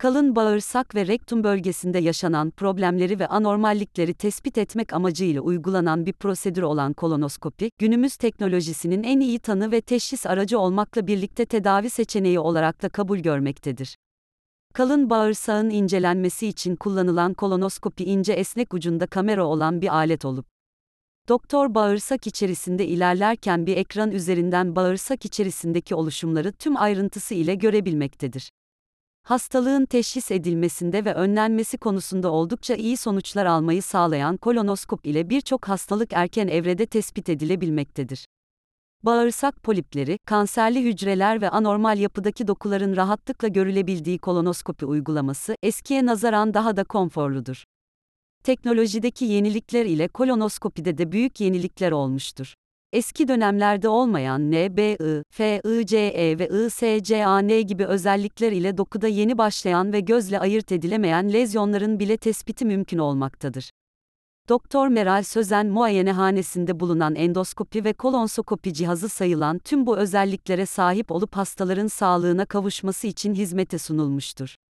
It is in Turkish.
kalın bağırsak ve rektum bölgesinde yaşanan problemleri ve anormallikleri tespit etmek amacıyla uygulanan bir prosedür olan kolonoskopi, günümüz teknolojisinin en iyi tanı ve teşhis aracı olmakla birlikte tedavi seçeneği olarak da kabul görmektedir. Kalın bağırsağın incelenmesi için kullanılan kolonoskopi ince esnek ucunda kamera olan bir alet olup, doktor bağırsak içerisinde ilerlerken bir ekran üzerinden bağırsak içerisindeki oluşumları tüm ayrıntısı ile görebilmektedir. Hastalığın teşhis edilmesinde ve önlenmesi konusunda oldukça iyi sonuçlar almayı sağlayan kolonoskop ile birçok hastalık erken evrede tespit edilebilmektedir. Bağırsak polipleri, kanserli hücreler ve anormal yapıdaki dokuların rahatlıkla görülebildiği kolonoskopi uygulaması, eskiye nazaran daha da konforludur. Teknolojideki yenilikler ile kolonoskopide de büyük yenilikler olmuştur. Eski dönemlerde olmayan NBI, FICE ve ISCAN gibi özellikler ile dokuda yeni başlayan ve gözle ayırt edilemeyen lezyonların bile tespiti mümkün olmaktadır. Doktor Meral Sözen muayenehanesinde bulunan endoskopi ve kolonsoskopi cihazı sayılan tüm bu özelliklere sahip olup hastaların sağlığına kavuşması için hizmete sunulmuştur.